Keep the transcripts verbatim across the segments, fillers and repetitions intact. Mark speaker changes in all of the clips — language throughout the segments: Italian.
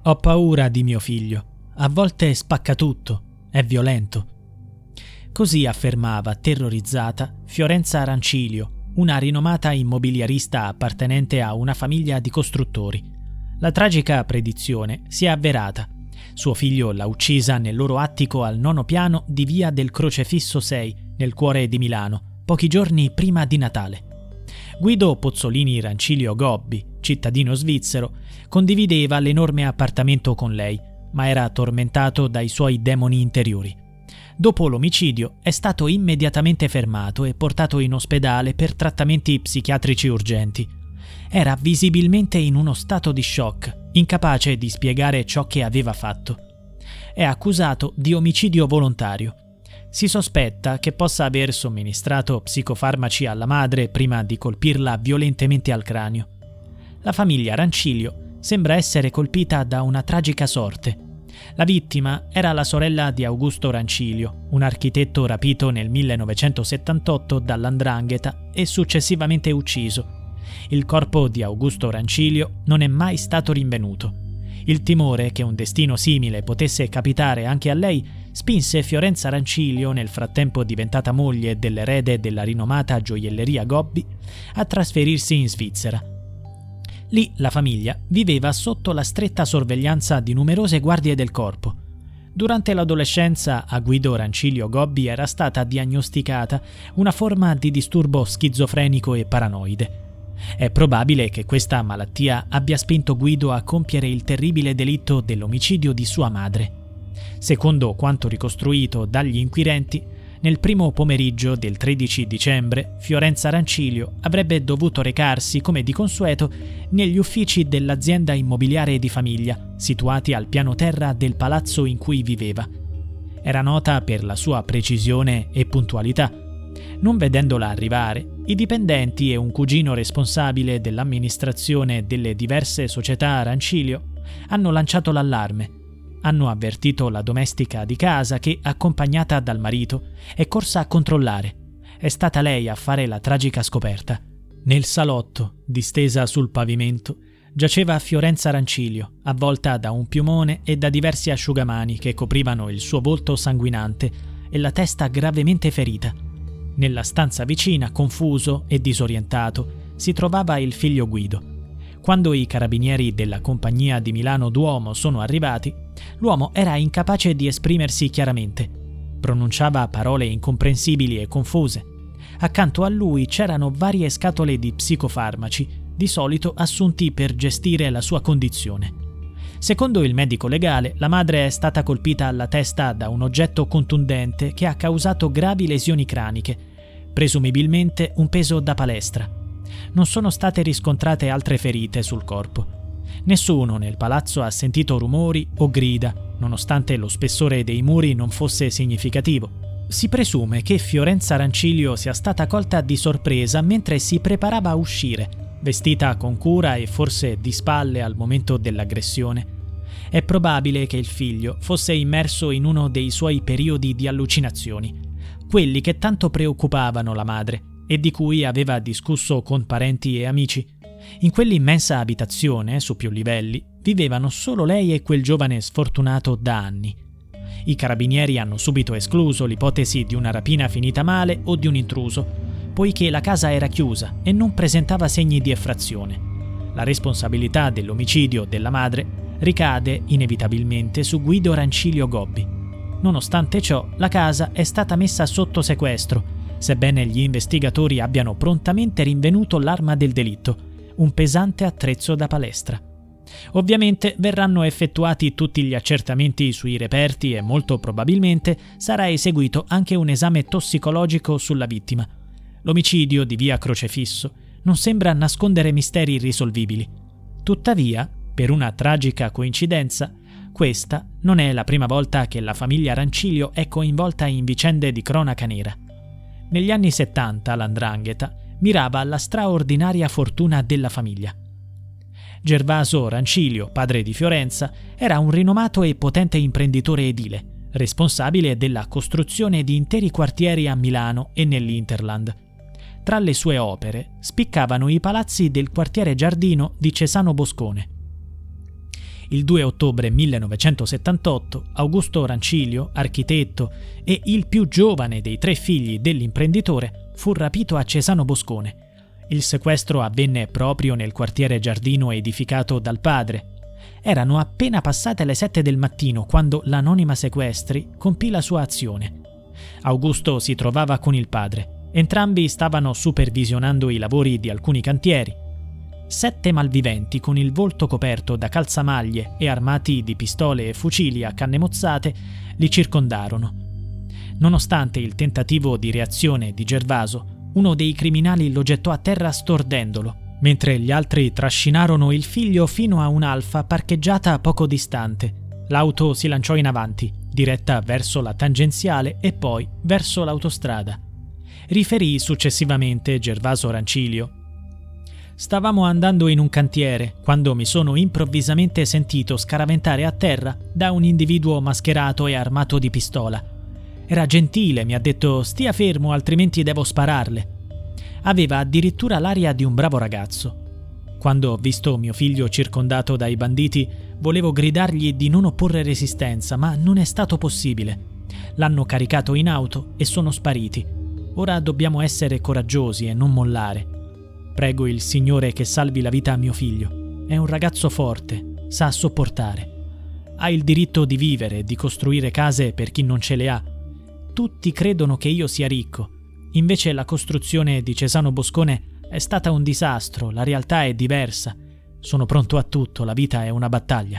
Speaker 1: Ho paura di mio figlio. A volte spacca tutto. È violento. Così affermava, terrorizzata, Fiorenza Rancilio, una rinomata immobiliarista appartenente a una famiglia di costruttori. La tragica predizione si è avverata. Suo figlio l'ha uccisa nel loro attico al nono piano di via del Crocefisso sei, nel cuore di Milano, pochi giorni prima di Natale. Guido Pozzolini Rancilio Gobbi, cittadino svizzero, condivideva l'enorme appartamento con lei, ma era tormentato dai suoi demoni interiori. Dopo l'omicidio è stato immediatamente fermato e portato in ospedale per trattamenti psichiatrici urgenti. Era visibilmente in uno stato di shock, incapace di spiegare ciò che aveva fatto. È accusato di omicidio volontario. Si sospetta che possa aver somministrato psicofarmaci alla madre prima di colpirla violentemente al cranio. La famiglia Rancilio sembra essere colpita da una tragica sorte. La vittima era la sorella di Augusto Rancilio, un architetto rapito nel millenovecentosettantotto dall'Andrangheta e successivamente ucciso. Il corpo di Augusto Rancilio non è mai stato rinvenuto. Il timore che un destino simile potesse capitare anche a lei spinse Fiorenza Rancilio, nel frattempo diventata moglie dell'erede della rinomata gioielleria Gobbi, a trasferirsi in Svizzera. Lì la famiglia viveva sotto la stretta sorveglianza di numerose guardie del corpo. Durante l'adolescenza a Guido Rancilio Gobbi era stata diagnosticata una forma di disturbo schizofrenico e paranoide. È probabile che questa malattia abbia spinto Guido a compiere il terribile delitto dell'omicidio di sua madre. Secondo quanto ricostruito dagli inquirenti, nel primo pomeriggio del tredici dicembre Fiorenza Rancilio avrebbe dovuto recarsi, come di consueto, negli uffici dell'azienda immobiliare di famiglia, situati al piano terra del palazzo in cui viveva. Era nota per la sua precisione e puntualità. Non vedendola arrivare, i dipendenti e un cugino responsabile dell'amministrazione delle diverse società Rancilio hanno lanciato l'allarme. Hanno avvertito la domestica di casa che, accompagnata dal marito, è corsa a controllare. È stata lei a fare la tragica scoperta. Nel salotto, distesa sul pavimento, giaceva Fiorenza Rancilio, avvolta da un piumone e da diversi asciugamani che coprivano il suo volto sanguinante e la testa gravemente ferita. Nella stanza vicina, confuso e disorientato, si trovava il figlio Guido. Quando i carabinieri della Compagnia di Milano Duomo sono arrivati, l'uomo era incapace di esprimersi chiaramente. Pronunciava parole incomprensibili e confuse. Accanto a lui c'erano varie scatole di psicofarmaci, di solito assunti per gestire la sua condizione. Secondo il medico legale, la madre è stata colpita alla testa da un oggetto contundente che ha causato gravi lesioni craniche, presumibilmente un peso da palestra. Non sono state riscontrate altre ferite sul corpo. Nessuno nel palazzo ha sentito rumori o grida, nonostante lo spessore dei muri non fosse significativo. Si presume che Fiorenza Rancilio sia stata colta di sorpresa mentre si preparava a uscire, vestita con cura e forse di spalle al momento dell'aggressione. È probabile che il figlio fosse immerso in uno dei suoi periodi di allucinazioni, quelli che tanto preoccupavano la madre e di cui aveva discusso con parenti e amici. In quell'immensa abitazione, su più livelli, vivevano solo lei e quel giovane sfortunato da anni. I carabinieri hanno subito escluso l'ipotesi di una rapina finita male o di un intruso, poiché la casa era chiusa e non presentava segni di effrazione. La responsabilità dell'omicidio della madre ricade inevitabilmente su Guido Rancilio Gobbi. Nonostante ciò, la casa è stata messa sotto sequestro, sebbene gli investigatori abbiano prontamente rinvenuto l'arma del delitto, un pesante attrezzo da palestra. Ovviamente verranno effettuati tutti gli accertamenti sui reperti e molto probabilmente sarà eseguito anche un esame tossicologico sulla vittima. L'omicidio di via Crocefisso non sembra nascondere misteri irrisolvibili. Tuttavia, per una tragica coincidenza, questa non è la prima volta che la famiglia Rancilio è coinvolta in vicende di cronaca nera. Negli anni settanta l'Andrangheta mirava alla straordinaria fortuna della famiglia. Gervaso Rancilio, padre di Fiorenza, era un rinomato e potente imprenditore edile, responsabile della costruzione di interi quartieri a Milano e nell'Interland. Tra le sue opere spiccavano i palazzi del quartiere Giardino di Cesano Boscone. Il due ottobre millenovecentosettantotto Augusto Rancilio, architetto e il più giovane dei tre figli dell'imprenditore, fu rapito a Cesano Boscone. Il sequestro avvenne proprio nel quartiere giardino edificato dal padre. Erano appena passate le sette del mattino quando l'anonima sequestri compì la sua azione. Augusto si trovava con il padre. Entrambi stavano supervisionando i lavori di alcuni cantieri. Sette malviventi con il volto coperto da calzamaglie e armati di pistole e fucili a canne mozzate li circondarono. Nonostante il tentativo di reazione di Gervaso, uno dei criminali lo gettò a terra stordendolo, mentre gli altri trascinarono il figlio fino a un'alfa parcheggiata poco distante. L'auto si lanciò in avanti, diretta verso la tangenziale e poi verso l'autostrada. Riferì successivamente Gervaso Rancilio: «Stavamo andando in un cantiere quando mi sono improvvisamente sentito scaraventare a terra da un individuo mascherato e armato di pistola. Era gentile, mi ha detto stia fermo altrimenti devo spararle. Aveva addirittura l'aria di un bravo ragazzo. Quando ho visto mio figlio circondato dai banditi volevo gridargli di non opporre resistenza, ma non è stato possibile. L'hanno caricato in auto e sono spariti. Ora dobbiamo essere coraggiosi e non mollare. Prego il Signore che salvi la vita a mio figlio. È un ragazzo forte, sa sopportare. Ha il diritto di vivere e di costruire case per chi non ce le ha. Tutti credono che io sia ricco. Invece la costruzione di Cesano Boscone è stata un disastro, la realtà è diversa. Sono pronto a tutto, la vita è una battaglia».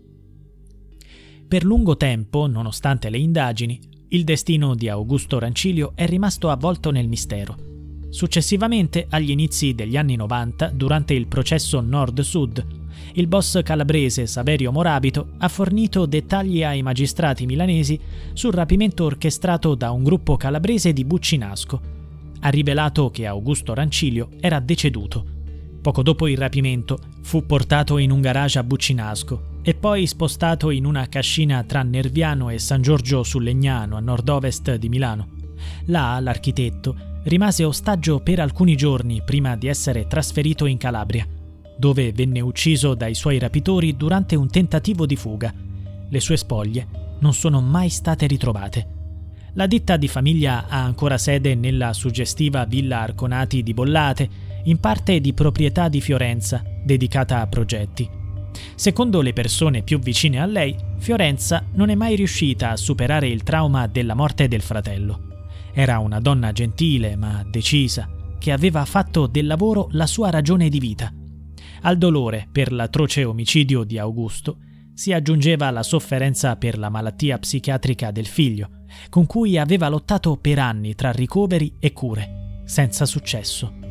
Speaker 1: Per lungo tempo, nonostante le indagini, il destino di Augusto Rancilio è rimasto avvolto nel mistero. Successivamente, agli inizi degli anni novanta, durante il processo Nord-Sud, il boss calabrese Saverio Morabito ha fornito dettagli ai magistrati milanesi sul rapimento orchestrato da un gruppo calabrese di Buccinasco. Ha rivelato che Augusto Rancilio era deceduto. Poco dopo il rapimento fu portato in un garage a Buccinasco e poi spostato in una cascina tra Nerviano e San Giorgio sul Legnano, a nord-ovest di Milano. Là l'architetto rimase ostaggio per alcuni giorni prima di essere trasferito in Calabria, dove venne ucciso dai suoi rapitori durante un tentativo di fuga. Le sue spoglie non sono mai state ritrovate. La ditta di famiglia ha ancora sede nella suggestiva Villa Arconati di Bollate, in parte di proprietà di Fiorenza, dedicata a progetti. Secondo le persone più vicine a lei, Fiorenza non è mai riuscita a superare il trauma della morte del fratello. Era una donna gentile ma decisa, che aveva fatto del lavoro la sua ragione di vita. Al dolore per l'atroce omicidio di Augusto si aggiungeva la sofferenza per la malattia psichiatrica del figlio, con cui aveva lottato per anni tra ricoveri e cure, senza successo.